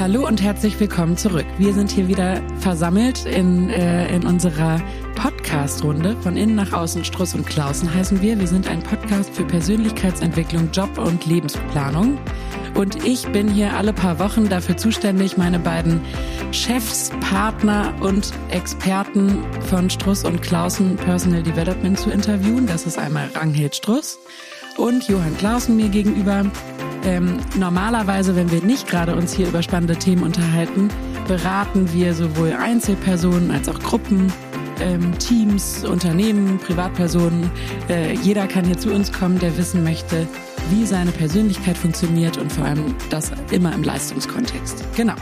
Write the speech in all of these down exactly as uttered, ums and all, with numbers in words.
Hallo und herzlich willkommen zurück. Wir sind hier wieder versammelt in, äh, in unserer Podcast-Runde. Von innen nach außen, Struss und Klausen heißen wir. Wir sind ein Podcast für Persönlichkeitsentwicklung, Job und Lebensplanung. Und ich bin hier alle paar Wochen dafür zuständig, meine beiden Chefs, Partner und Experten von Struss und Klausen Personal Development zu interviewen. Das ist einmal Ranghild Struss und Johann Clausen mir gegenüber. Ähm, normalerweise, wenn wir nicht gerade uns hier über spannende Themen unterhalten, beraten wir sowohl Einzelpersonen als auch Gruppen, ähm, Teams, Unternehmen, Privatpersonen. Äh, jeder kann hier zu uns kommen, der wissen möchte, wie seine Persönlichkeit funktioniert und vor allem das immer im Leistungskontext. Genau.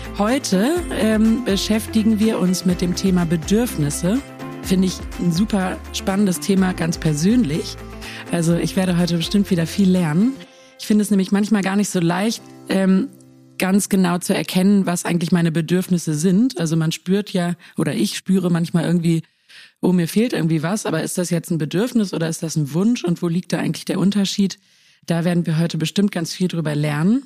Heute ähm, beschäftigen wir uns mit dem Thema Bedürfnisse. Finde ich ein super spannendes Thema, ganz persönlich. Also ich werde heute bestimmt wieder viel lernen. Ich finde es nämlich manchmal gar nicht so leicht, ähm, ganz genau zu erkennen, was eigentlich meine Bedürfnisse sind. Also man spürt ja, oder ich spüre manchmal irgendwie, oh, mir fehlt irgendwie was, aber ist das jetzt ein Bedürfnis oder ist das ein Wunsch und wo liegt da eigentlich der Unterschied? Da werden wir heute bestimmt ganz viel drüber lernen.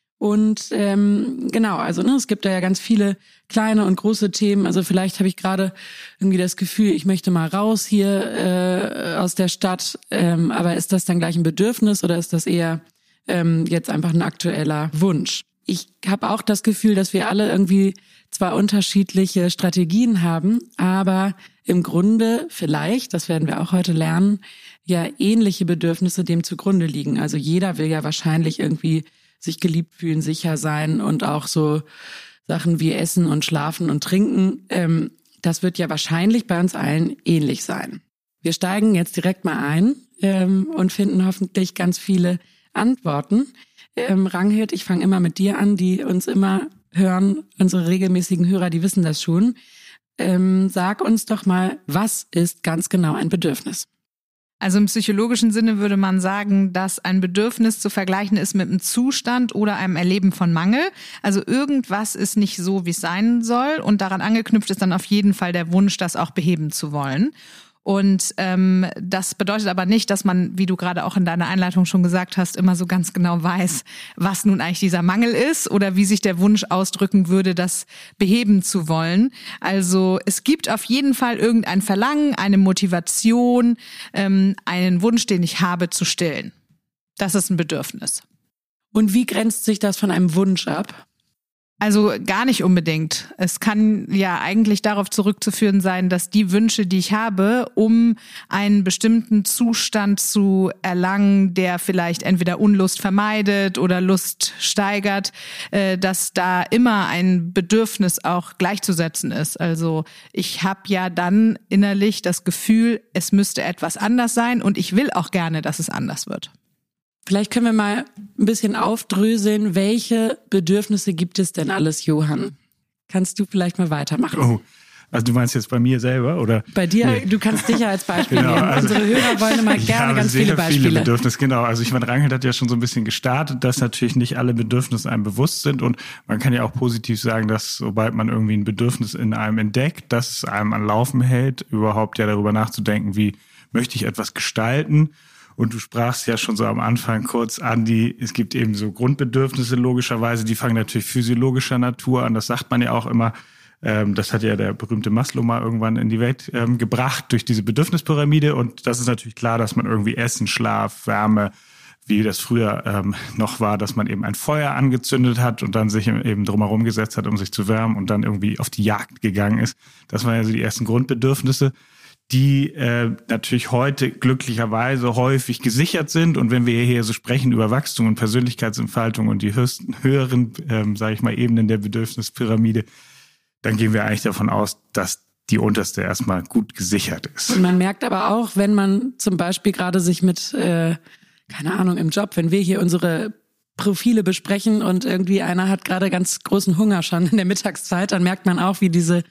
Und ähm, genau, also ne, es gibt da ja ganz viele kleine und große Themen. Also vielleicht habe ich gerade irgendwie das Gefühl, ich möchte mal raus hier äh, aus der Stadt. Ähm, aber ist das dann gleich ein Bedürfnis oder ist das eher ähm, jetzt einfach ein aktueller Wunsch? Ich habe auch das Gefühl, dass wir alle irgendwie zwar unterschiedliche Strategien haben, aber im Grunde vielleicht, das werden wir auch heute lernen, ja ähnliche Bedürfnisse dem zugrunde liegen. Also jeder will ja wahrscheinlich irgendwie sich geliebt fühlen, sicher sein und auch so Sachen wie Essen und Schlafen und Trinken. Ähm, das wird ja wahrscheinlich bei uns allen ähnlich sein. Wir steigen jetzt direkt mal ein ähm, und finden hoffentlich ganz viele Antworten. Ähm, Ranghild, ich fange immer mit dir an, die uns immer hören, unsere regelmäßigen Hörer, die wissen das schon. Ähm, sag uns doch mal, was ist ganz genau ein Bedürfnis? Also im psychologischen Sinne würde man sagen, dass ein Bedürfnis zu vergleichen ist mit einem Zustand oder einem Erleben von Mangel. Also irgendwas ist nicht so, wie es sein soll und daran angeknüpft ist dann auf jeden Fall der Wunsch, das auch beheben zu wollen. Und ähm, das bedeutet aber nicht, dass man, wie du gerade auch in deiner Einleitung schon gesagt hast, immer so ganz genau weiß, was nun eigentlich dieser Mangel ist oder wie sich der Wunsch ausdrücken würde, das beheben zu wollen. Also es gibt auf jeden Fall irgendein Verlangen, eine Motivation, ähm, einen Wunsch, den ich habe, zu stillen. Das ist ein Bedürfnis. Und wie grenzt sich das von einem Wunsch ab? Also gar nicht unbedingt. Es kann ja eigentlich darauf zurückzuführen sein, dass die Wünsche, die ich habe, um einen bestimmten Zustand zu erlangen, der vielleicht entweder Unlust vermeidet oder Lust steigert, dass da immer ein Bedürfnis auch gleichzusetzen ist. Also ich habe ja dann innerlich das Gefühl, es müsste etwas anders sein und ich will auch gerne, dass es anders wird. Vielleicht können wir mal ein bisschen aufdröseln, welche Bedürfnisse gibt es denn alles, Johann? Kannst du vielleicht mal weitermachen? Oh, also du meinst jetzt bei mir selber, oder? Bei dir, nee. Du kannst dich ja als Beispiel genau, nehmen. Also unsere Hörer wollen immer gerne ganz viele Beispiele. Viele Bedürfnisse, genau. Also ich meine, Ranghild hat ja schon so ein bisschen gestartet, dass natürlich nicht alle Bedürfnisse einem bewusst sind und man kann ja auch positiv sagen, dass sobald man irgendwie ein Bedürfnis in einem entdeckt, dass es einem am Laufen hält, überhaupt ja darüber nachzudenken, wie möchte ich etwas gestalten. Und du sprachst ja schon so am Anfang kurz an, die, es gibt eben so Grundbedürfnisse logischerweise, die fangen natürlich physiologischer Natur an, das sagt man ja auch immer. Ähm, das hat ja der berühmte Maslow mal irgendwann in die Welt ähm, gebracht durch diese Bedürfnispyramide. Und das ist natürlich klar, dass man irgendwie Essen, Schlaf, Wärme, wie das früher ähm, noch war, dass man eben ein Feuer angezündet hat und dann sich eben drumherum gesetzt hat, um sich zu wärmen und dann irgendwie auf die Jagd gegangen ist. Das waren ja so die ersten Grundbedürfnisse, die äh, natürlich heute glücklicherweise häufig gesichert sind. Und wenn wir hier so sprechen über Wachstum und Persönlichkeitsentfaltung und die höchsten, höheren, ähm, sage ich mal, Ebenen der Bedürfnispyramide, dann gehen wir eigentlich davon aus, dass die unterste erstmal gut gesichert ist. Und man merkt aber auch, wenn man zum Beispiel gerade sich mit, äh, keine Ahnung, im Job, wenn wir hier unsere Profile besprechen und irgendwie einer hat gerade ganz großen Hunger schon in der Mittagszeit, dann merkt man auch, wie diese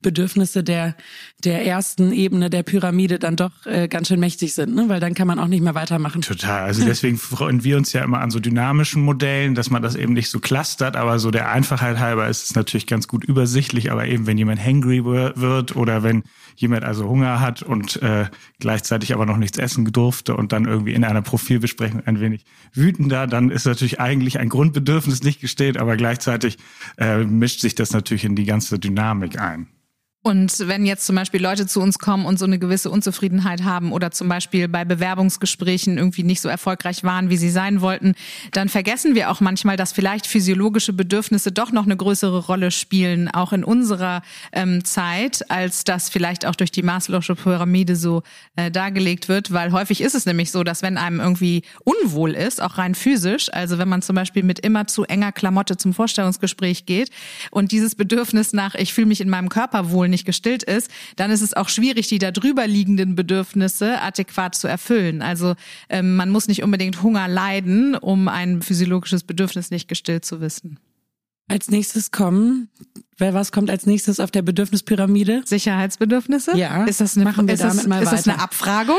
Bedürfnisse der der ersten Ebene der Pyramide dann doch äh, ganz schön mächtig sind, ne? Weil dann kann man auch nicht mehr weitermachen. Total. Also deswegen freuen wir uns ja immer an so dynamischen Modellen, dass man das eben nicht so clustert, aber so der Einfachheit halber ist es natürlich ganz gut übersichtlich. Aber eben wenn jemand hangry wird oder wenn jemand also Hunger hat und äh, gleichzeitig aber noch nichts essen durfte und dann irgendwie in einer Profilbesprechung ein wenig wütender, dann ist natürlich eigentlich ein Grundbedürfnis nicht gestillt, aber gleichzeitig äh, mischt sich das natürlich in die ganze Dynamik ein. Und wenn jetzt zum Beispiel Leute zu uns kommen und so eine gewisse Unzufriedenheit haben oder zum Beispiel bei Bewerbungsgesprächen irgendwie nicht so erfolgreich waren, wie sie sein wollten, dann vergessen wir auch manchmal, dass vielleicht physiologische Bedürfnisse doch noch eine größere Rolle spielen, auch in unserer ähm, Zeit, als das vielleicht auch durch die Maslow'sche Pyramide so äh, dargelegt wird, weil häufig ist es nämlich so, dass wenn einem irgendwie unwohl ist, auch rein physisch, also wenn man zum Beispiel mit immer zu enger Klamotte zum Vorstellungsgespräch geht und dieses Bedürfnis nach, ich fühle mich in meinem Körper wohl, nicht gestillt ist, dann ist es auch schwierig, die da drüber liegenden Bedürfnisse adäquat zu erfüllen. Also ähm, man muss nicht unbedingt Hunger leiden, um ein physiologisches Bedürfnis nicht gestillt zu wissen. Als nächstes kommen, wer was kommt als nächstes auf der Bedürfnispyramide? Sicherheitsbedürfnisse? Ja. Ist das eine, machen wir ist damit das, mal ist weiter. das eine Abfragung?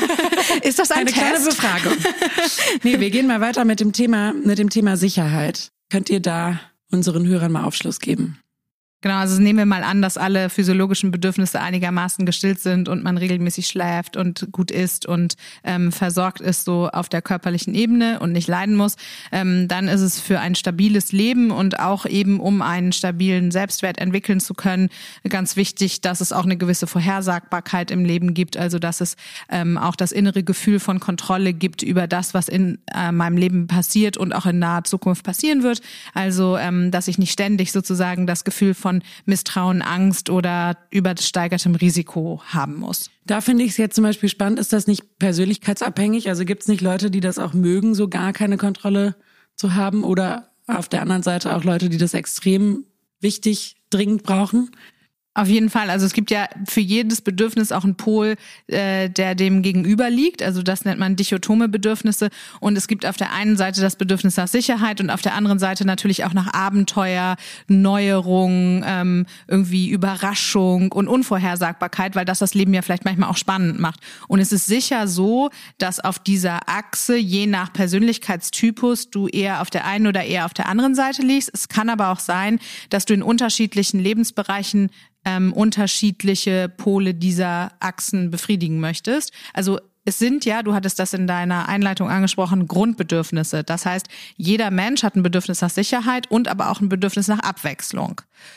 Ist das ein eine Test? kleine Befragung? Nee, wir gehen mal weiter mit dem Thema, mit dem Thema Sicherheit. Könnt ihr da unseren Hörern mal Aufschluss geben? Genau, also nehmen wir mal an, dass alle physiologischen Bedürfnisse einigermaßen gestillt sind und man regelmäßig schläft und gut isst und ähm, versorgt ist so auf der körperlichen Ebene und nicht leiden muss. Ähm, dann ist es für ein stabiles Leben und auch eben um einen stabilen Selbstwert entwickeln zu können, ganz wichtig, dass es auch eine gewisse Vorhersagbarkeit im Leben gibt, also dass es ähm, auch das innere Gefühl von Kontrolle gibt über das, was in äh, meinem Leben passiert und auch in naher Zukunft passieren wird. Also, ähm, dass ich nicht ständig sozusagen das Gefühl von Misstrauen, Angst oder übersteigertem Risiko haben muss. Da finde ich es jetzt zum Beispiel spannend, ist das nicht persönlichkeitsabhängig? Also gibt es nicht Leute, die das auch mögen, so gar keine Kontrolle zu haben, oder auf der anderen Seite auch Leute, die das extrem wichtig, dringend brauchen? Auf jeden Fall. Also es gibt ja für jedes Bedürfnis auch einen Pol, äh, der dem gegenüber liegt. Also das nennt man dichotome Bedürfnisse. Und es gibt auf der einen Seite das Bedürfnis nach Sicherheit und auf der anderen Seite natürlich auch nach Abenteuer, Neuerung, ähm, irgendwie Überraschung und Unvorhersagbarkeit, weil das das Leben ja vielleicht manchmal auch spannend macht. Und es ist sicher so, dass auf dieser Achse, je nach Persönlichkeitstypus, du eher auf der einen oder eher auf der anderen Seite liegst. Es kann aber auch sein, dass du in unterschiedlichen Lebensbereichen Ähm, unterschiedliche Pole dieser Achsen befriedigen möchtest. Also es sind ja, du hattest das in deiner Einleitung angesprochen, Grundbedürfnisse. Das heißt, jeder Mensch hat ein Bedürfnis nach Sicherheit und aber auch ein Bedürfnis nach Abwechslung.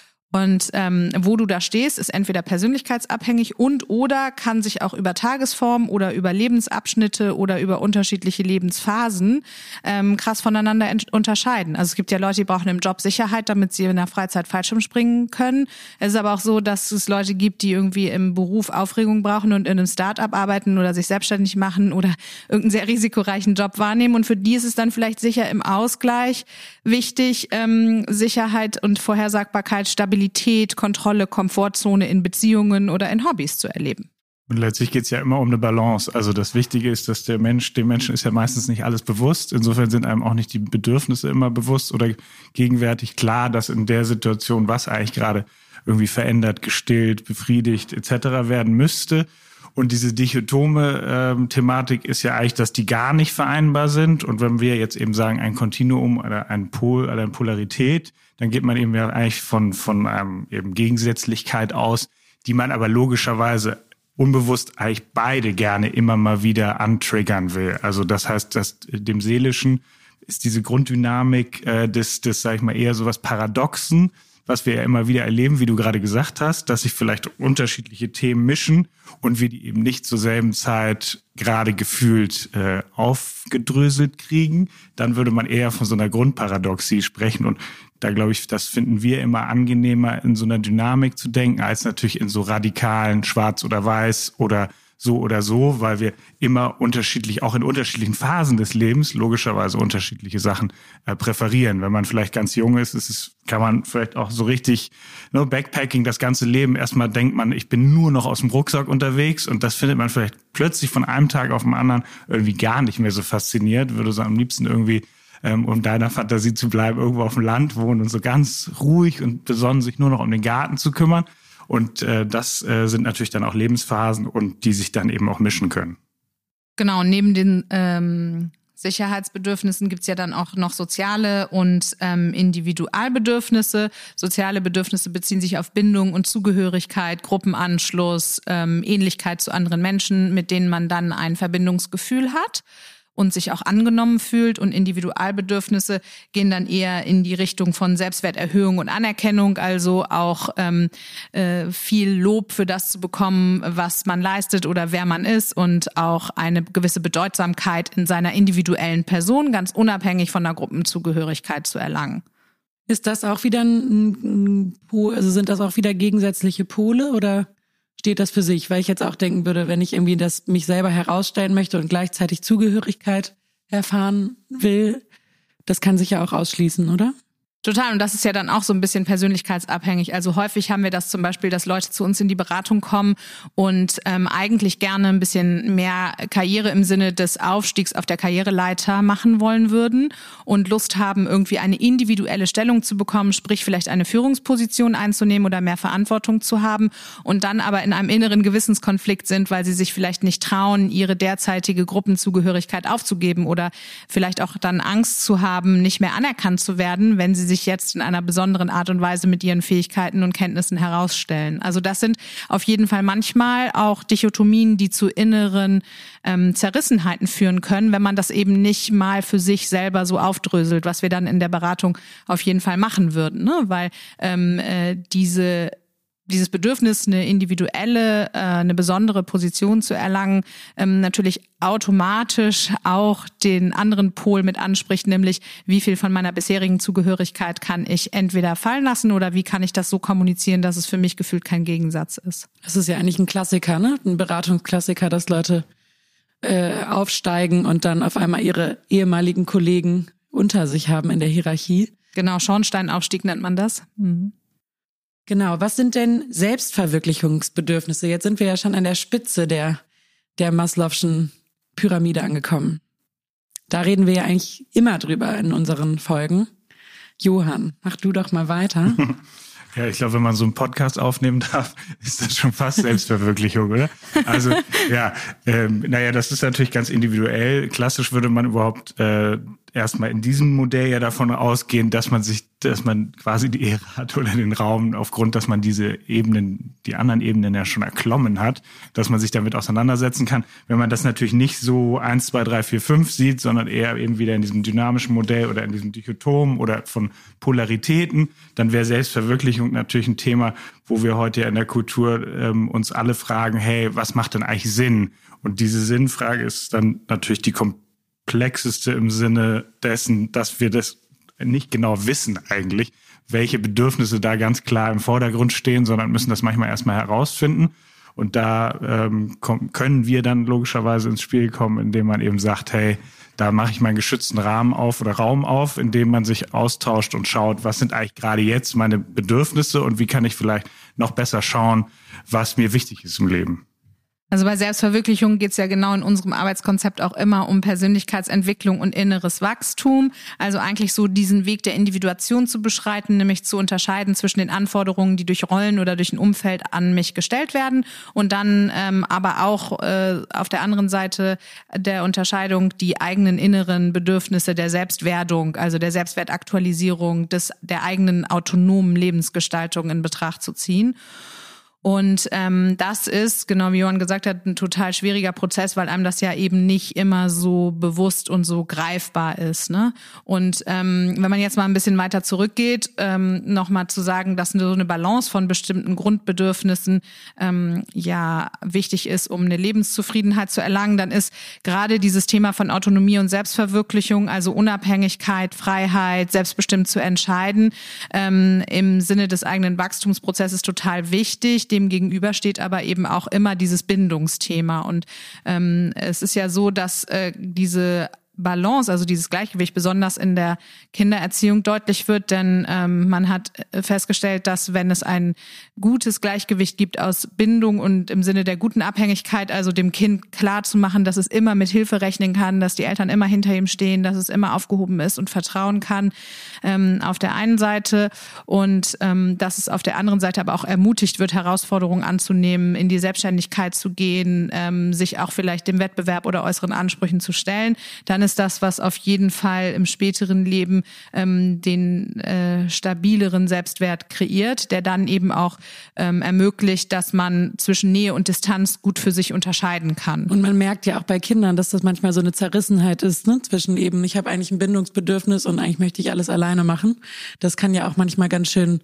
Und ähm, wo du da stehst, ist entweder persönlichkeitsabhängig und oder kann sich auch über Tagesform oder über Lebensabschnitte oder über unterschiedliche Lebensphasen ähm, krass voneinander ent- unterscheiden. Also es gibt ja Leute, die brauchen im Job Sicherheit, damit sie in der Freizeit Fallschirm springen können. Es ist aber auch so, dass es Leute gibt, die irgendwie im Beruf Aufregung brauchen und in einem Start-up arbeiten oder sich selbstständig machen oder irgendeinen sehr risikoreichen Job wahrnehmen. Und für die ist es dann vielleicht sicher im Ausgleich wichtig, ähm, Sicherheit und Vorhersagbarkeit, Stabilität, Kontrolle, Komfortzone in Beziehungen oder in Hobbys zu erleben. Und letztlich geht es ja immer um eine Balance. Also das Wichtige ist, dass der Mensch, dem Menschen ist ja meistens nicht alles bewusst. Insofern sind einem auch nicht die Bedürfnisse immer bewusst oder gegenwärtig klar, dass in der Situation, was eigentlich gerade irgendwie verändert, gestillt, befriedigt et cetera werden müsste. Und diese dichotome ähm, Thematik ist ja eigentlich, dass die gar nicht vereinbar sind. Und wenn wir jetzt eben sagen, ein Kontinuum oder ein Pol oder eine Polarität, dann geht man eben ja eigentlich von von einem eben Gegensätzlichkeit aus, die man aber logischerweise unbewusst eigentlich beide gerne immer mal wieder antriggern will. Also das heißt, dass dem Seelischen ist diese Grunddynamik äh, des, des, sag ich mal, eher sowas Paradoxen, was wir ja immer wieder erleben, wie du gerade gesagt hast, dass sich vielleicht unterschiedliche Themen mischen und wir die eben nicht zur selben Zeit gerade gefühlt äh, aufgedröselt kriegen, dann würde man eher von so einer Grundparadoxie sprechen. Und da glaube ich, das finden wir immer angenehmer, in so einer Dynamik zu denken, als natürlich in so radikalen Schwarz oder Weiß oder so oder so, weil wir immer unterschiedlich, auch in unterschiedlichen Phasen des Lebens, logischerweise unterschiedliche Sachen äh, präferieren. Wenn man vielleicht ganz jung ist, ist es, kann man vielleicht auch so richtig, ne, Backpacking, das ganze Leben, erstmal denkt man, ich bin nur noch aus dem Rucksack unterwegs und das findet man vielleicht plötzlich von einem Tag auf den anderen irgendwie gar nicht mehr so fasziniert, würde so am liebsten irgendwie, ähm, um deiner Fantasie zu bleiben, irgendwo auf dem Land wohnen und so ganz ruhig und besonnen sich nur noch um den Garten zu kümmern. Und äh, das äh, sind natürlich dann auch Lebensphasen und die sich dann eben auch mischen können. Genau, neben den ähm, Sicherheitsbedürfnissen gibt's ja dann auch noch soziale und ähm, Individualbedürfnisse. Soziale Bedürfnisse beziehen sich auf Bindung und Zugehörigkeit, Gruppenanschluss, ähm, Ähnlichkeit zu anderen Menschen, mit denen man dann ein Verbindungsgefühl hat und sich auch angenommen fühlt. Und Individualbedürfnisse gehen dann eher in die Richtung von Selbstwerterhöhung und Anerkennung, also auch ähm, äh, viel Lob für das zu bekommen, was man leistet oder wer man ist und auch eine gewisse Bedeutsamkeit in seiner individuellen Person, ganz unabhängig von der Gruppenzugehörigkeit zu erlangen. Ist das auch wieder ein, ein Pol, also sind das auch wieder gegensätzliche Pole oder steht das für sich? Weil ich jetzt auch denken würde, wenn ich irgendwie das mich selber herausstellen möchte und gleichzeitig Zugehörigkeit erfahren will, das kann sich ja auch ausschließen, oder? Total. Und das ist ja dann auch so ein bisschen persönlichkeitsabhängig. Also häufig haben wir das zum Beispiel, dass Leute zu uns in die Beratung kommen und ähm, eigentlich gerne ein bisschen mehr Karriere im Sinne des Aufstiegs auf der Karriereleiter machen wollen würden und Lust haben, irgendwie eine individuelle Stellung zu bekommen, sprich vielleicht eine Führungsposition einzunehmen oder mehr Verantwortung zu haben und dann aber in einem inneren Gewissenskonflikt sind, weil sie sich vielleicht nicht trauen, ihre derzeitige Gruppenzugehörigkeit aufzugeben oder vielleicht auch dann Angst zu haben, nicht mehr anerkannt zu werden, wenn sie sich sich jetzt in einer besonderen Art und Weise mit ihren Fähigkeiten und Kenntnissen herausstellen. Also das sind auf jeden Fall manchmal auch Dichotomien, die zu inneren ähm, Zerrissenheiten führen können, wenn man das eben nicht mal für sich selber so aufdröselt, was wir dann in der Beratung auf jeden Fall machen würden, ne? Weil ähm, äh, diese dieses Bedürfnis, eine individuelle, äh, eine besondere Position zu erlangen, ähm, natürlich automatisch auch den anderen Pol mit anspricht, nämlich wie viel von meiner bisherigen Zugehörigkeit kann ich entweder fallen lassen oder wie kann ich das so kommunizieren, dass es für mich gefühlt kein Gegensatz ist. Das ist ja eigentlich ein Klassiker, ne? Ein Beratungsklassiker, dass Leute äh, aufsteigen und dann auf einmal ihre ehemaligen Kollegen unter sich haben in der Hierarchie. Genau, Schornsteinaufstieg nennt man das. Mhm. Genau, was sind denn Selbstverwirklichungsbedürfnisse? Jetzt sind wir ja schon an der Spitze der, der Maslow'schen Pyramide angekommen. Da reden wir ja eigentlich immer drüber in unseren Folgen. Johann, mach du doch mal weiter. Ja, ich glaube, wenn man so einen Podcast aufnehmen darf, ist das schon fast Selbstverwirklichung, oder? Also ja, ähm, naja, das ist natürlich ganz individuell. Klassisch würde man überhaupt äh, erstmal in diesem Modell ja davon ausgehen, dass man sich, dass man quasi die Ehre hat oder den Raum aufgrund, dass man diese Ebenen, die anderen Ebenen ja schon erklommen hat, dass man sich damit auseinandersetzen kann. Wenn man das natürlich nicht so eins, zwei, drei, vier, fünf sieht, sondern eher eben wieder in diesem dynamischen Modell oder in diesem Dichotom oder von Polaritäten, dann wäre Selbstverwirklichung natürlich ein Thema, wo wir heute ja in der Kultur ähm, uns alle fragen, hey, was macht denn eigentlich Sinn? Und diese Sinnfrage ist dann natürlich die komplexeste im Sinne dessen, dass wir das nicht genau wissen eigentlich, welche Bedürfnisse da ganz klar im Vordergrund stehen, sondern müssen das manchmal erstmal herausfinden. Und da ähm, kommen, können wir dann logischerweise ins Spiel kommen, indem man eben sagt, hey, da mache ich meinen geschützten Rahmen auf oder Raum auf, in dem man sich austauscht und schaut, was sind eigentlich gerade jetzt meine Bedürfnisse und wie kann ich vielleicht noch besser schauen, was mir wichtig ist im Leben. Also bei Selbstverwirklichung geht es ja genau in unserem Arbeitskonzept auch immer um Persönlichkeitsentwicklung und inneres Wachstum. Also eigentlich so diesen Weg der Individuation zu beschreiten, nämlich zu unterscheiden zwischen den Anforderungen, die durch Rollen oder durch ein Umfeld an mich gestellt werden und dann ähm, aber auch äh, auf der anderen Seite der Unterscheidung die eigenen inneren Bedürfnisse der Selbstwerdung, also der Selbstwertaktualisierung, des der eigenen autonomen Lebensgestaltung in Betracht zu ziehen. Und ähm, das ist, genau wie Johann gesagt hat, ein total schwieriger Prozess, weil einem das ja eben nicht immer so bewusst und so greifbar ist, ne? Und ähm, wenn man jetzt mal ein bisschen weiter zurückgeht, ähm, nochmal zu sagen, dass so eine Balance von bestimmten Grundbedürfnissen ähm, ja wichtig ist, um eine Lebenszufriedenheit zu erlangen, dann ist gerade dieses Thema von Autonomie und Selbstverwirklichung, also Unabhängigkeit, Freiheit, selbstbestimmt zu entscheiden, ähm, im Sinne des eigenen Wachstumsprozesses total wichtig. Dem gegenüber steht aber eben auch immer dieses Bindungsthema. Und ähm, es ist ja so, dass äh, diese Balance, also dieses Gleichgewicht besonders in der Kindererziehung deutlich wird, denn ähm, man hat festgestellt, dass wenn es ein gutes Gleichgewicht gibt aus Bindung und im Sinne der guten Abhängigkeit, also dem Kind klar zu machen, dass es immer mit Hilfe rechnen kann, dass die Eltern immer hinter ihm stehen, dass es immer aufgehoben ist und vertrauen kann, ähm, auf der einen Seite und ähm, dass es auf der anderen Seite aber auch ermutigt wird, Herausforderungen anzunehmen, in die Selbstständigkeit zu gehen, ähm, sich auch vielleicht dem Wettbewerb oder äußeren Ansprüchen zu stellen, dann ist das, was auf jeden Fall im späteren Leben ähm, den äh, stabileren Selbstwert kreiert, der dann eben auch ähm, ermöglicht, dass man zwischen Nähe und Distanz gut für sich unterscheiden kann. Und man merkt ja auch bei Kindern, dass das manchmal so eine Zerrissenheit ist, ne? Zwischen eben, ich habe eigentlich ein Bindungsbedürfnis und eigentlich möchte ich alles alleine machen. Das kann ja auch manchmal ganz schön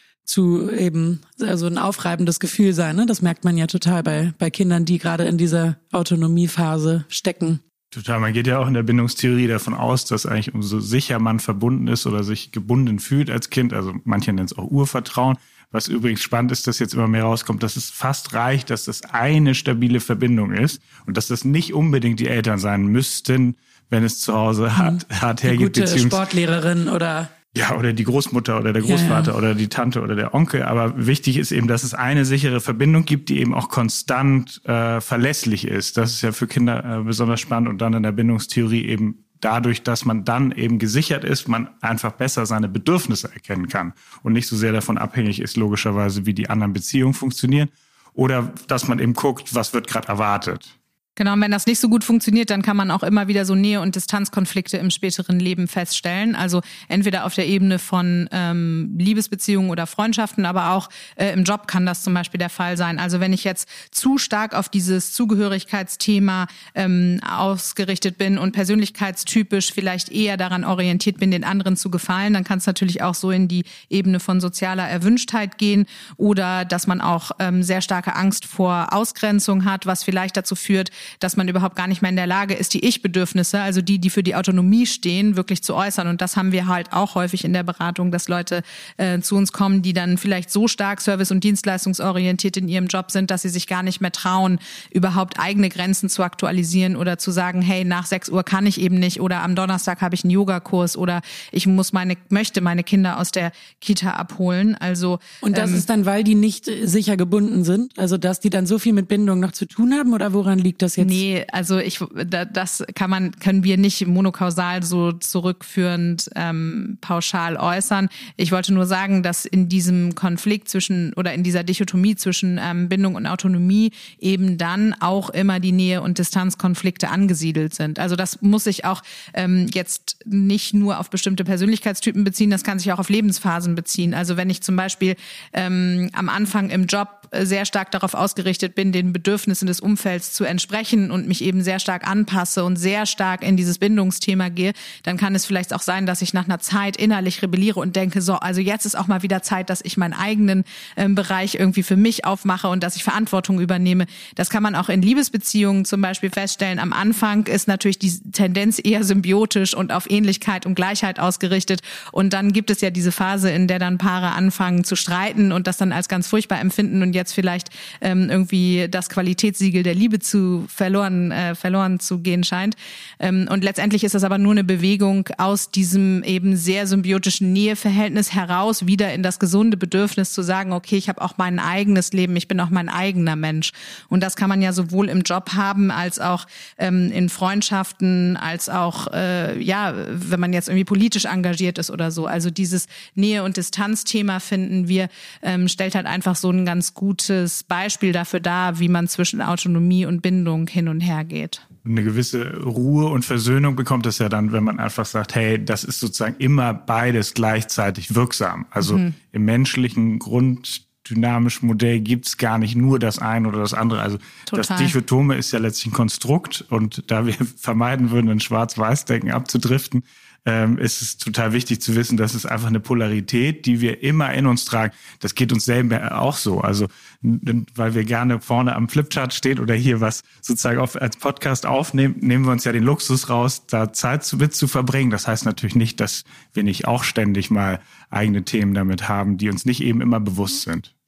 zu eben also ein aufreibendes Gefühl sein, ne? Das merkt man ja total bei bei Kindern, die gerade in dieser Autonomiephase stecken. Total. Man geht ja auch in der Bindungstheorie davon aus, dass eigentlich umso sicher man verbunden ist oder sich gebunden fühlt als Kind, also manche nennen es auch Urvertrauen, was übrigens spannend ist, dass jetzt immer mehr rauskommt, dass es fast reicht, dass das eine stabile Verbindung ist und dass das nicht unbedingt die Eltern sein müssten, wenn es zu Hause hart, hart hergeht. Die gute Sportlehrerin oder Ja, oder die Großmutter oder der Großvater ja, ja. oder die Tante oder der Onkel. Aber wichtig ist eben, dass es eine sichere Verbindung gibt, die eben auch konstant äh, verlässlich ist. Das ist ja für Kinder äh, besonders spannend. Und dann in der Bindungstheorie eben dadurch, dass man dann eben gesichert ist, man einfach besser seine Bedürfnisse erkennen kann und nicht so sehr davon abhängig ist, logischerweise, wie die anderen Beziehungen funktionieren. Oder dass man eben guckt, was wird gerade erwartet. Genau, und wenn das nicht so gut funktioniert, dann kann man auch immer wieder so Nähe- und Distanzkonflikte im späteren Leben feststellen. Also entweder auf der Ebene von ähm, Liebesbeziehungen oder Freundschaften, aber auch äh, im Job kann das zum Beispiel der Fall sein. Also wenn ich jetzt zu stark auf dieses Zugehörigkeitsthema ähm, ausgerichtet bin und persönlichkeitstypisch vielleicht eher daran orientiert bin, den anderen zu gefallen, dann kann es natürlich auch so in die Ebene von sozialer Erwünschtheit gehen oder dass man auch ähm, sehr starke Angst vor Ausgrenzung hat, was vielleicht dazu führt, dass man überhaupt gar nicht mehr in der Lage ist, die Ich-Bedürfnisse, also die, die für die Autonomie stehen, wirklich zu äußern. Und das haben wir halt auch häufig in der Beratung, dass Leute äh, zu uns kommen, die dann vielleicht so stark service- und dienstleistungsorientiert in ihrem Job sind, dass sie sich gar nicht mehr trauen, überhaupt eigene Grenzen zu aktualisieren oder zu sagen, hey, nach sechs Uhr kann ich eben nicht oder am Donnerstag habe ich einen Yogakurs oder ich muss meine, möchte meine Kinder aus der Kita abholen. Also Und das ähm, ist dann, weil die nicht sicher gebunden sind? Also dass die dann so viel mit Bindung noch zu tun haben oder woran liegt das jetzt? Nee, also ich, das kann man, können wir nicht monokausal so zurückführend ähm, pauschal äußern. Ich wollte nur sagen, dass in diesem Konflikt zwischen oder in dieser Dichotomie zwischen ähm, Bindung und Autonomie eben dann auch immer die Nähe- und Distanzkonflikte angesiedelt sind. Also das muss sich auch ähm, jetzt nicht nur auf bestimmte Persönlichkeitstypen beziehen, das kann sich auch auf Lebensphasen beziehen. Also wenn ich zum Beispiel ähm, am Anfang im Job sehr stark darauf ausgerichtet bin, den Bedürfnissen des Umfelds zu entsprechen und mich eben sehr stark anpasse und sehr stark in dieses Bindungsthema gehe, dann kann es vielleicht auch sein, dass ich nach einer Zeit innerlich rebelliere und denke, so, also jetzt ist auch mal wieder Zeit, dass ich meinen eigenen ähm, Bereich irgendwie für mich aufmache und dass ich Verantwortung übernehme. Das kann man auch in Liebesbeziehungen zum Beispiel feststellen. Am Anfang ist natürlich die Tendenz eher symbiotisch und auf Ähnlichkeit und Gleichheit ausgerichtet und dann gibt es ja diese Phase, in der dann Paare anfangen zu streiten und das dann als ganz furchtbar empfinden und jetzt vielleicht ähm, irgendwie das Qualitätssiegel der Liebe zu verloren äh, verloren zu gehen scheint. Ähm, und letztendlich ist das aber nur eine Bewegung aus diesem eben sehr symbiotischen Näheverhältnis heraus wieder in das gesunde Bedürfnis zu sagen, okay, ich habe auch mein eigenes Leben, ich bin auch mein eigener Mensch. Und das kann man ja sowohl im Job haben, als auch ähm, in Freundschaften, als auch, äh, ja, wenn man jetzt irgendwie politisch engagiert ist oder so. Also dieses Nähe- und Distanzthema, finden wir, ähm, stellt halt einfach so ein ganz gutes Beispiel dafür dar, wie man zwischen Autonomie und Bindung hin und her geht. Eine gewisse Ruhe und Versöhnung bekommt es ja dann, wenn man einfach sagt, hey, das ist sozusagen immer beides gleichzeitig wirksam. Also mhm. im menschlichen grunddynamischen Modell gibt's gar nicht nur das eine oder das andere. Also Total. Das Dichotome ist ja letztlich ein Konstrukt und da wir vermeiden würden, in Schwarz-Weiß-Denken abzudriften, ähm, ist es total wichtig zu wissen, dass es einfach eine Polarität, die wir immer in uns tragen. Das geht uns selber auch so. Also, weil wir gerne vorne am Flipchart stehen oder hier was sozusagen auf, als Podcast aufnehmen, nehmen wir uns ja den Luxus raus, da Zeit zu, mit zu verbringen. Das heißt natürlich nicht, dass wir nicht auch ständig mal eigene Themen damit haben, die uns nicht eben immer bewusst sind.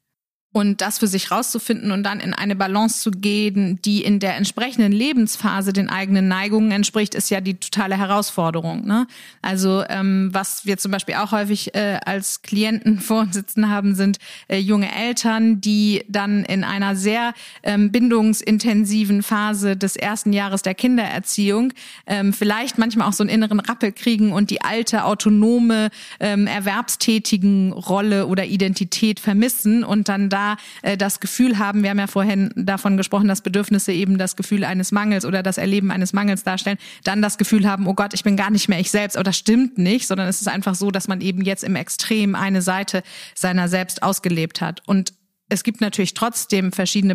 Und das für sich rauszufinden und dann in eine Balance zu gehen, die in der entsprechenden Lebensphase den eigenen Neigungen entspricht, ist ja die totale Herausforderung. Ne? Also ähm, was wir zum Beispiel auch häufig äh, als Klienten vor uns sitzen haben, sind äh, junge Eltern, die dann in einer sehr ähm, bindungsintensiven Phase des ersten Jahres der Kindererziehung ähm, vielleicht manchmal auch so einen inneren Rappel kriegen und die alte, autonome, ähm, erwerbstätigen Rolle oder Identität vermissen und dann da das Gefühl haben, wir haben ja vorhin davon gesprochen, dass Bedürfnisse eben das Gefühl eines Mangels oder das Erleben eines Mangels darstellen, dann das Gefühl haben, oh Gott, ich bin gar nicht mehr ich selbst, aber das stimmt nicht, sondern es ist einfach so, dass man eben jetzt im Extrem eine Seite seiner selbst ausgelebt hat. Und es gibt natürlich trotzdem verschiedene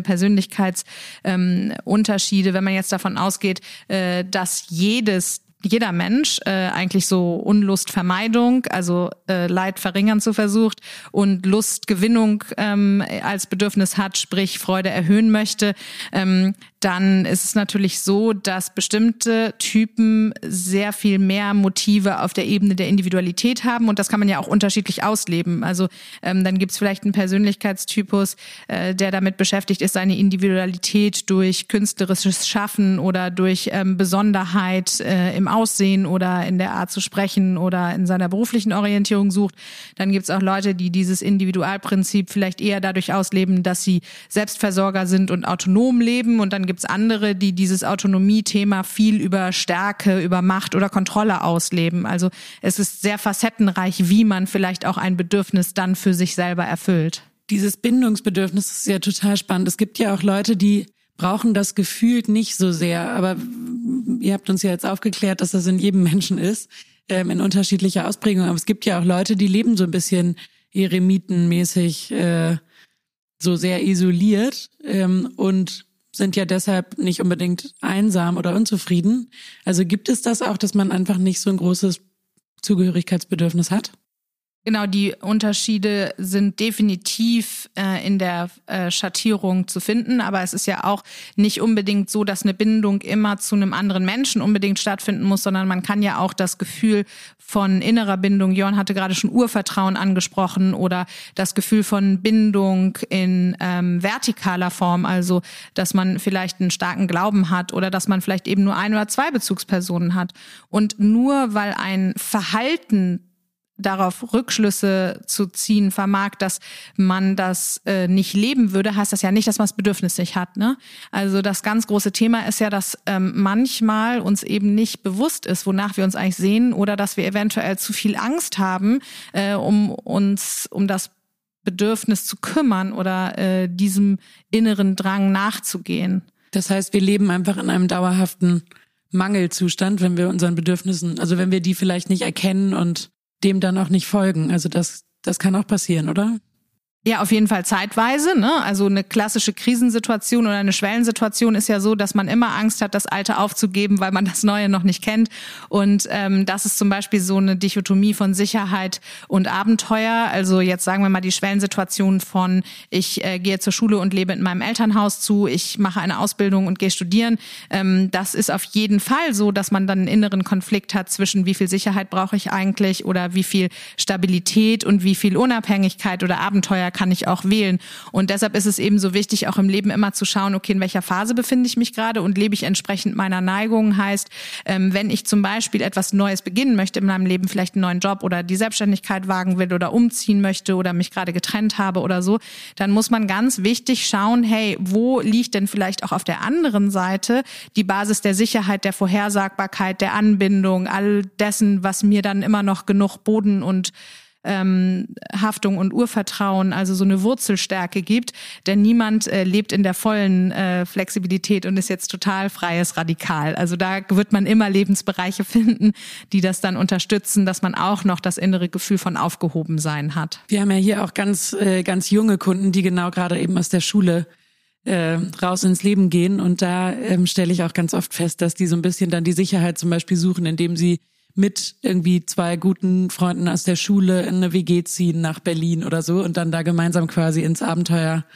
Persönlichkeitsunterschiede, ähm, wenn man jetzt davon ausgeht, äh, dass jedes jeder Mensch äh, eigentlich so Unlustvermeidung, also äh, Leid verringern zu versucht und Lustgewinnung ähm, als Bedürfnis hat, sprich Freude erhöhen möchte, ähm, dann ist es natürlich so, dass bestimmte Typen sehr viel mehr Motive auf der Ebene der Individualität haben und das kann man ja auch unterschiedlich ausleben. Also ähm, dann gibt es vielleicht einen Persönlichkeitstypus, äh, der damit beschäftigt ist, seine Individualität durch künstlerisches Schaffen oder durch ähm, Besonderheit äh, im Aussehen oder in der Art zu sprechen oder in seiner beruflichen Orientierung sucht. Dann gibt es auch Leute, die dieses Individualprinzip vielleicht eher dadurch ausleben, dass sie Selbstversorger sind und autonom leben und dann gibt es andere, die dieses Autonomie-Thema viel über Stärke, über Macht oder Kontrolle ausleben. Also es ist sehr facettenreich, wie man vielleicht auch ein Bedürfnis dann für sich selber erfüllt. Dieses Bindungsbedürfnis ist ja total spannend. Es gibt ja auch Leute, die brauchen das gefühlt nicht so sehr, aber ihr habt uns ja jetzt aufgeklärt, dass das in jedem Menschen ist, ähm, in unterschiedlicher Ausprägung. Aber es gibt ja auch Leute, die leben so ein bisschen eremitenmäßig, äh, so sehr isoliert ähm, und sind ja deshalb nicht unbedingt einsam oder unzufrieden. Also gibt es das auch, dass man einfach nicht so ein großes Zugehörigkeitsbedürfnis hat? Genau, die Unterschiede sind definitiv äh, in der äh, Schattierung zu finden, aber es ist ja auch nicht unbedingt so, dass eine Bindung immer zu einem anderen Menschen unbedingt stattfinden muss, sondern man kann ja auch das Gefühl von innerer Bindung, Jörn hatte gerade schon Urvertrauen angesprochen, oder das Gefühl von Bindung in ähm, vertikaler Form, also dass man vielleicht einen starken Glauben hat oder dass man vielleicht eben nur ein oder zwei Bezugspersonen hat. Und nur weil ein Verhalten darauf Rückschlüsse zu ziehen vermag, dass man das äh, nicht leben würde, heißt das ja nicht, dass man das Bedürfnis nicht hat. Ne? Also das ganz große Thema ist ja, dass ähm, manchmal uns eben nicht bewusst ist, wonach wir uns eigentlich sehen, oder dass wir eventuell zu viel Angst haben, äh, um uns um das Bedürfnis zu kümmern oder äh, diesem inneren Drang nachzugehen. Das heißt, wir leben einfach in einem dauerhaften Mangelzustand, wenn wir unseren Bedürfnissen, also wenn wir die vielleicht nicht erkennen und dem dann auch nicht folgen. Also das, das kann auch passieren, oder? Ja, auf jeden Fall zeitweise, ne? Also eine klassische Krisensituation oder eine Schwellensituation ist ja so, dass man immer Angst hat, das Alte aufzugeben, weil man das Neue noch nicht kennt. Und ähm, das ist zum Beispiel so eine Dichotomie von Sicherheit und Abenteuer. Also jetzt sagen wir mal die Schwellensituation von ich äh, gehe zur Schule und lebe in meinem Elternhaus zu, ich mache eine Ausbildung und gehe studieren. Ähm, das ist auf jeden Fall so, dass man dann einen inneren Konflikt hat zwischen wie viel Sicherheit brauche ich eigentlich oder wie viel Stabilität und wie viel Unabhängigkeit oder Abenteuer kann ich auch wählen. Und deshalb ist es eben so wichtig, auch im Leben immer zu schauen, okay, in welcher Phase befinde ich mich gerade und lebe ich entsprechend meiner Neigung. Heißt, ähm, wenn ich zum Beispiel etwas Neues beginnen möchte in meinem Leben, vielleicht einen neuen Job oder die Selbstständigkeit wagen will oder umziehen möchte oder mich gerade getrennt habe oder so, dann muss man ganz wichtig schauen, hey, wo liegt denn vielleicht auch auf der anderen Seite die Basis der Sicherheit, der Vorhersagbarkeit, der Anbindung, all dessen, was mir dann immer noch genug Boden und Ähm, Haftung und Urvertrauen, also so eine Wurzelstärke gibt, denn niemand äh, lebt in der vollen äh, Flexibilität und ist jetzt total freies Radikal. Also da wird man immer Lebensbereiche finden, die das dann unterstützen, dass man auch noch das innere Gefühl von Aufgehobensein hat. Wir haben ja hier auch ganz, äh, ganz junge Kunden, die genau gerade eben aus der Schule äh, raus ins Leben gehen, und da ähm, stelle ich auch ganz oft fest, dass die so ein bisschen dann die Sicherheit zum Beispiel suchen, indem sie mit irgendwie zwei guten Freunden aus der Schule in eine W G ziehen nach Berlin oder so und dann da gemeinsam quasi ins Abenteuer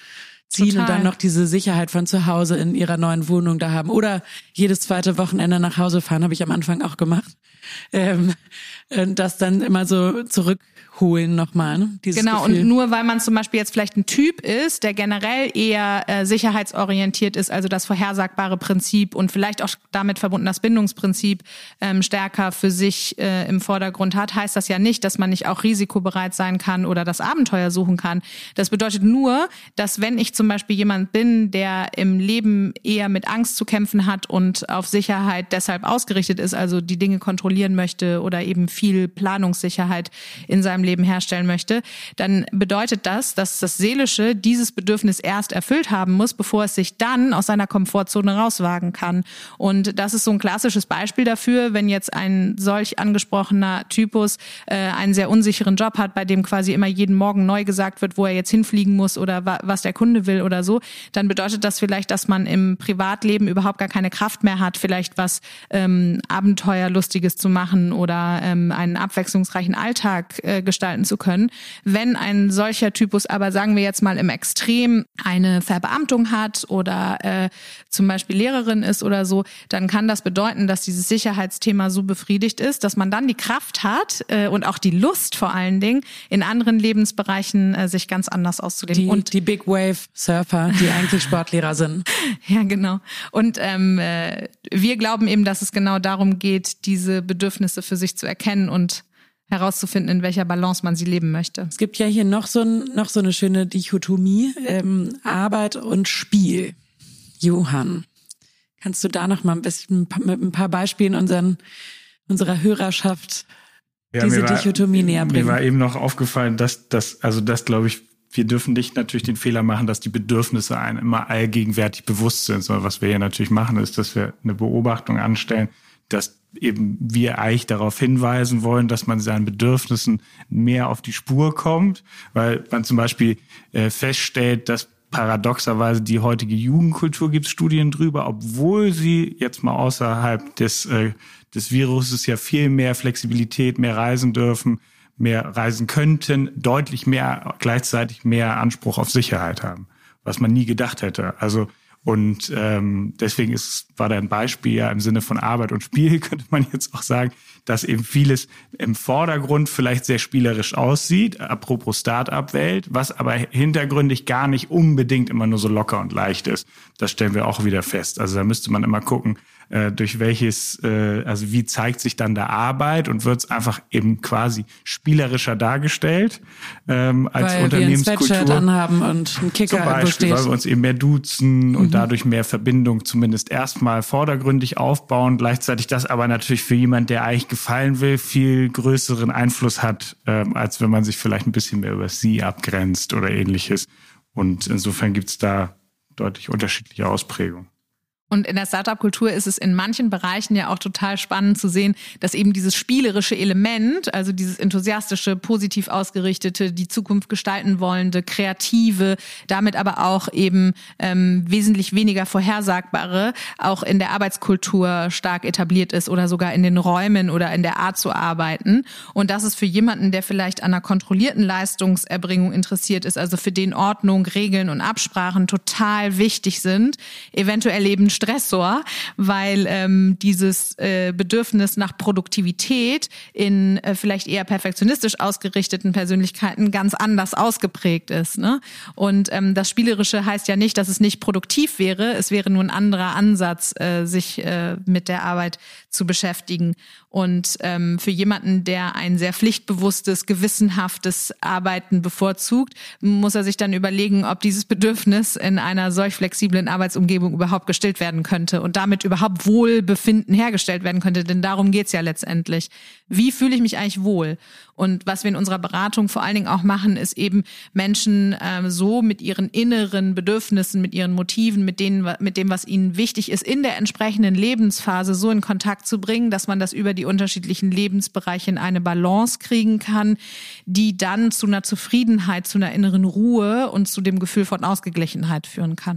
ziehen Total. und dann noch diese Sicherheit von zu Hause in ihrer neuen Wohnung da haben. Oder jedes zweite Wochenende nach Hause fahren, habe ich am Anfang auch gemacht. Ähm, das dann immer so zurückholen nochmal, ne? Dieses Genau, Gefühl. Und nur weil man zum Beispiel jetzt vielleicht ein Typ ist, der generell eher äh, sicherheitsorientiert ist, also das vorhersagbare Prinzip und vielleicht auch damit verbunden das Bindungsprinzip ähm, stärker für sich äh, im Vordergrund hat, heißt das ja nicht, dass man nicht auch risikobereit sein kann oder das Abenteuer suchen kann. Das bedeutet nur, dass wenn ich zum Beispiel jemand bin, der im Leben eher mit Angst zu kämpfen hat und auf Sicherheit deshalb ausgerichtet ist, also die Dinge kontrollieren möchte oder eben viel Planungssicherheit in seinem Leben herstellen möchte, dann bedeutet das, dass das Seelische dieses Bedürfnis erst erfüllt haben muss, bevor es sich dann aus seiner Komfortzone rauswagen kann. Und das ist so ein klassisches Beispiel dafür, wenn jetzt ein solch angesprochener Typus äh, einen sehr unsicheren Job hat, bei dem quasi immer jeden Morgen neu gesagt wird, wo er jetzt hinfliegen muss oder wa- was der Kunde will oder so, dann bedeutet das vielleicht, dass man im Privatleben überhaupt gar keine Kraft mehr hat, vielleicht was ähm, Abenteuerlustiges zu machen oder ähm, einen abwechslungsreichen Alltag äh, gestalten zu können. Wenn ein solcher Typus aber, sagen wir jetzt mal im Extrem, eine Verbeamtung hat oder äh, zum Beispiel Lehrerin ist oder so, dann kann das bedeuten, dass dieses Sicherheitsthema so befriedigt ist, dass man dann die Kraft hat äh, und auch die Lust vor allen Dingen, in anderen Lebensbereichen äh, sich ganz anders auszuleben. Die, und die Big Wave Surfer, die eigentlich Sportlehrer sind. Ja, genau. Und ähm, äh, wir glauben eben, dass es genau darum geht, diese Bedürfnisse für sich zu erkennen und herauszufinden, in welcher Balance man sie leben möchte. Es gibt ja hier noch so, ein, noch so eine schöne Dichotomie, ähm, Arbeit und Spiel. Johann, kannst du da noch mal ein bisschen mit ein paar Beispielen unseren, unserer Hörerschaft ja, diese mir war, Dichotomie näher bringen? Mir war eben noch aufgefallen, dass das, also das glaube ich, wir dürfen nicht natürlich den Fehler machen, dass die Bedürfnisse einem immer allgegenwärtig bewusst sind, sondern was wir hier natürlich machen, ist, dass wir eine Beobachtung anstellen, dass eben wir eigentlich darauf hinweisen wollen, dass man seinen Bedürfnissen mehr auf die Spur kommt, weil man zum Beispiel äh, feststellt, dass paradoxerweise die heutige Jugendkultur, gibt es Studien drüber, obwohl sie jetzt mal außerhalb des, äh, des Viruses ja viel mehr Flexibilität, mehr reisen dürfen, mehr reisen könnten, deutlich mehr, gleichzeitig mehr Anspruch auf Sicherheit haben, was man nie gedacht hätte. Also und ähm, deswegen ist war da ein Beispiel ja im Sinne von Arbeit und Spiel, könnte man jetzt auch sagen, dass eben vieles im Vordergrund vielleicht sehr spielerisch aussieht, apropos Start-up-Welt, was aber hintergründig gar nicht unbedingt immer nur so locker und leicht ist. Das stellen wir auch wieder fest. Also da müsste man immer gucken, äh, durch welches, äh, also wie zeigt sich dann da Arbeit und wird es einfach eben quasi spielerischer dargestellt ähm, als weil Unternehmenskultur. Wir ein Sweatshirt anhaben und ein Kicker Zum Beispiel, steht. weil wir uns eben mehr duzen und Mhm. dadurch mehr Verbindung zumindest erstmal vordergründig aufbauen, gleichzeitig das aber natürlich für jemand, der eigentlich gefallen will, viel größeren Einfluss hat, ähm, als wenn man sich vielleicht ein bisschen mehr über sie abgrenzt oder ähnliches. Und insofern gibt's da deutlich unterschiedliche Ausprägungen. Und in der Startup-Kultur ist es in manchen Bereichen ja auch total spannend zu sehen, dass eben dieses spielerische Element, also dieses enthusiastische, positiv ausgerichtete, die Zukunft gestalten wollende, kreative, damit aber auch eben ähm, wesentlich weniger vorhersagbare, auch in der Arbeitskultur stark etabliert ist oder sogar in den Räumen oder in der Art zu arbeiten. Und das ist für jemanden, der vielleicht an einer kontrollierten Leistungserbringung interessiert ist, also für den Ordnung, Regeln und Absprachen total wichtig sind, eventuell eben Stressor, weil ähm, dieses äh, Bedürfnis nach Produktivität in äh, vielleicht eher perfektionistisch ausgerichteten Persönlichkeiten ganz anders ausgeprägt ist. Ne? Und ähm, das Spielerische heißt ja nicht, dass es nicht produktiv wäre. Es wäre nur ein anderer Ansatz, äh, sich äh, mit der Arbeit zu beschäftigen. Und ähm, für jemanden, der ein sehr pflichtbewusstes, gewissenhaftes Arbeiten bevorzugt, muss er sich dann überlegen, ob dieses Bedürfnis in einer solch flexiblen Arbeitsumgebung überhaupt gestillt werden könnte und damit überhaupt Wohlbefinden hergestellt werden könnte. Denn darum geht's ja letztendlich. Wie fühle ich mich eigentlich wohl? Und was wir in unserer Beratung vor allen Dingen auch machen, ist eben Menschen ähm, so mit ihren inneren Bedürfnissen, mit ihren Motiven, mit denen, mit dem, was ihnen wichtig ist, in der entsprechenden Lebensphase so in Kontakt zu bringen, dass man das über die unterschiedlichen Lebensbereiche in eine Balance kriegen kann, die dann zu einer Zufriedenheit, zu einer inneren Ruhe und zu dem Gefühl von Ausgeglichenheit führen kann.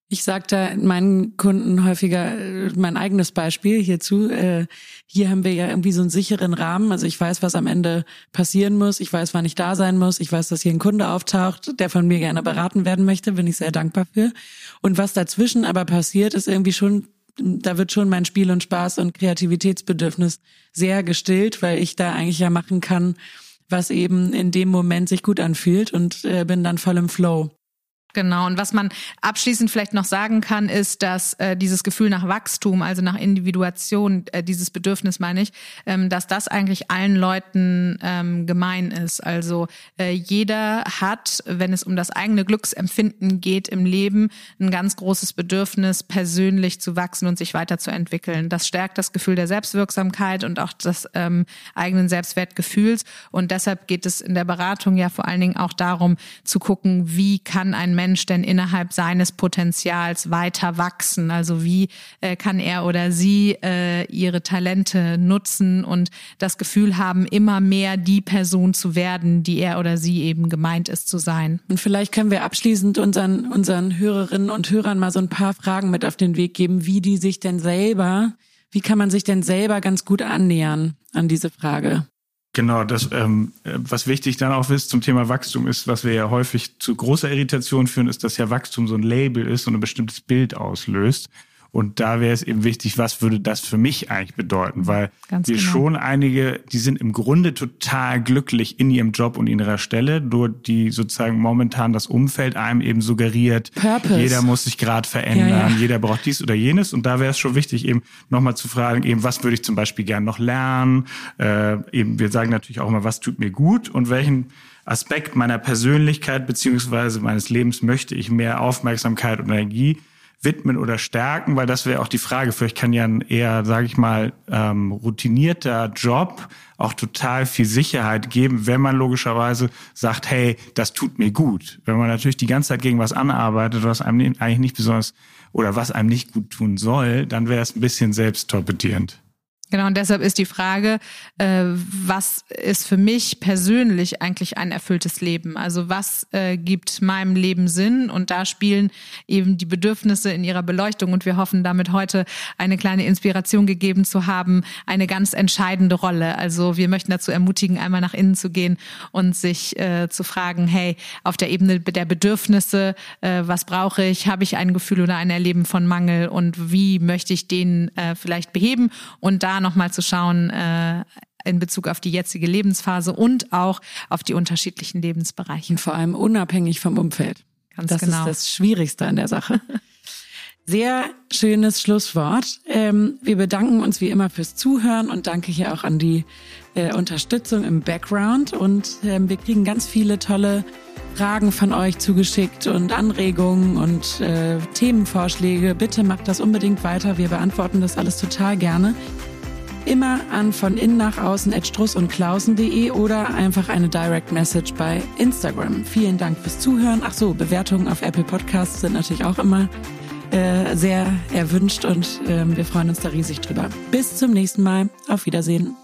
Ich sage da meinen Kunden häufiger mein eigenes Beispiel hierzu. Äh, hier haben wir ja irgendwie so einen sicheren Rahmen. Also ich weiß, was am Ende passieren muss. Ich weiß, wann ich da sein muss. Ich weiß, dass hier ein Kunde auftaucht, der von mir gerne beraten werden möchte. Bin ich sehr dankbar für. Und was dazwischen aber passiert, ist irgendwie schon, da wird schon mein Spiel und Spaß und Kreativitätsbedürfnis sehr gestillt, weil ich da eigentlich ja machen kann, was eben in dem Moment sich gut anfühlt und äh, bin dann voll im Flow. Genau, und was man abschließend vielleicht noch sagen kann, ist, dass äh, dieses Gefühl nach Wachstum, also nach Individuation, äh, dieses Bedürfnis meine ich, ähm, dass das eigentlich allen Leuten ähm, gemein ist. Also äh, jeder hat, wenn es um das eigene Glücksempfinden geht im Leben, ein ganz großes Bedürfnis, persönlich zu wachsen und sich weiterzuentwickeln. Das stärkt das Gefühl der Selbstwirksamkeit und auch des ähm, eigenen Selbstwertgefühls. Und deshalb geht es in der Beratung ja vor allen Dingen auch darum, zu gucken, wie kann ein Mensch Mensch denn innerhalb seines Potenzials weiter wachsen? Also wie äh, kann er oder sie äh, ihre Talente nutzen und das Gefühl haben, immer mehr die Person zu werden, die er oder sie eben gemeint ist zu sein? Und vielleicht können wir abschließend unseren, unseren Hörerinnen und Hörern mal so ein paar Fragen mit auf den Weg geben, wie die sich denn selber, wie kann man sich denn selber ganz gut annähern an diese Frage? Genau, das, ähm, was wichtig dann auch ist zum Thema Wachstum ist, was wir ja häufig zu großer Irritation führen, ist, dass ja Wachstum so ein Label ist und ein bestimmtes Bild auslöst. Und da wäre es eben wichtig, was würde das für mich eigentlich bedeuten? Weil Ganz wir genau. schon einige, die sind im Grunde total glücklich in ihrem Job und in ihrer Stelle, nur die sozusagen momentan das Umfeld einem eben suggeriert, Purpose. Jeder muss sich gerade verändern, Ja, ja. jeder braucht dies oder jenes. Und da wäre es schon wichtig, eben nochmal zu fragen, eben was würde ich zum Beispiel gern noch lernen? Äh, eben wir sagen natürlich auch immer, was tut mir gut und welchen Aspekt meiner Persönlichkeit beziehungsweise meines Lebens möchte ich mehr Aufmerksamkeit und Energie widmen oder stärken, weil das wäre auch die Frage. Vielleicht kann ja ein eher, sage ich mal, ähm, routinierter Job auch total viel Sicherheit geben, wenn man logischerweise sagt, hey, das tut mir gut. Wenn man natürlich die ganze Zeit gegen was anarbeitet, was einem eigentlich nicht besonders oder was einem nicht gut tun soll, dann wäre es ein bisschen selbsttorpedierend. Genau, und deshalb ist die Frage, äh, was ist für mich persönlich eigentlich ein erfülltes Leben? Also was äh, gibt meinem Leben Sinn? Und da spielen eben die Bedürfnisse in ihrer Beleuchtung, und wir hoffen damit heute eine kleine Inspiration gegeben zu haben, eine ganz entscheidende Rolle. Also wir möchten dazu ermutigen, einmal nach innen zu gehen und sich äh, zu fragen, hey, auf der Ebene der Bedürfnisse, äh, was brauche ich? Habe ich ein Gefühl oder ein Erleben von Mangel? Und wie möchte ich den äh, vielleicht beheben? Und da nochmal zu schauen äh, in Bezug auf die jetzige Lebensphase und auch auf die unterschiedlichen Lebensbereiche. Und vor allem unabhängig vom Umfeld. Ganz das genau. ist das Schwierigste an der Sache. Sehr schönes Schlusswort. Ähm, wir bedanken uns wie immer fürs Zuhören und danke hier auch an die äh, Unterstützung im Background. Und ähm, wir kriegen ganz viele tolle Fragen von euch zugeschickt und Anregungen und äh, Themenvorschläge. Bitte macht das unbedingt weiter. Wir beantworten das alles total gerne. Immer an von innen nach außen at struss und klausen punkt de oder einfach eine Direct Message bei Instagram. Vielen Dank fürs Zuhören. Ach so, Bewertungen auf Apple Podcasts sind natürlich auch immer äh, sehr erwünscht und äh, wir freuen uns da riesig drüber. Bis zum nächsten Mal. Auf Wiedersehen.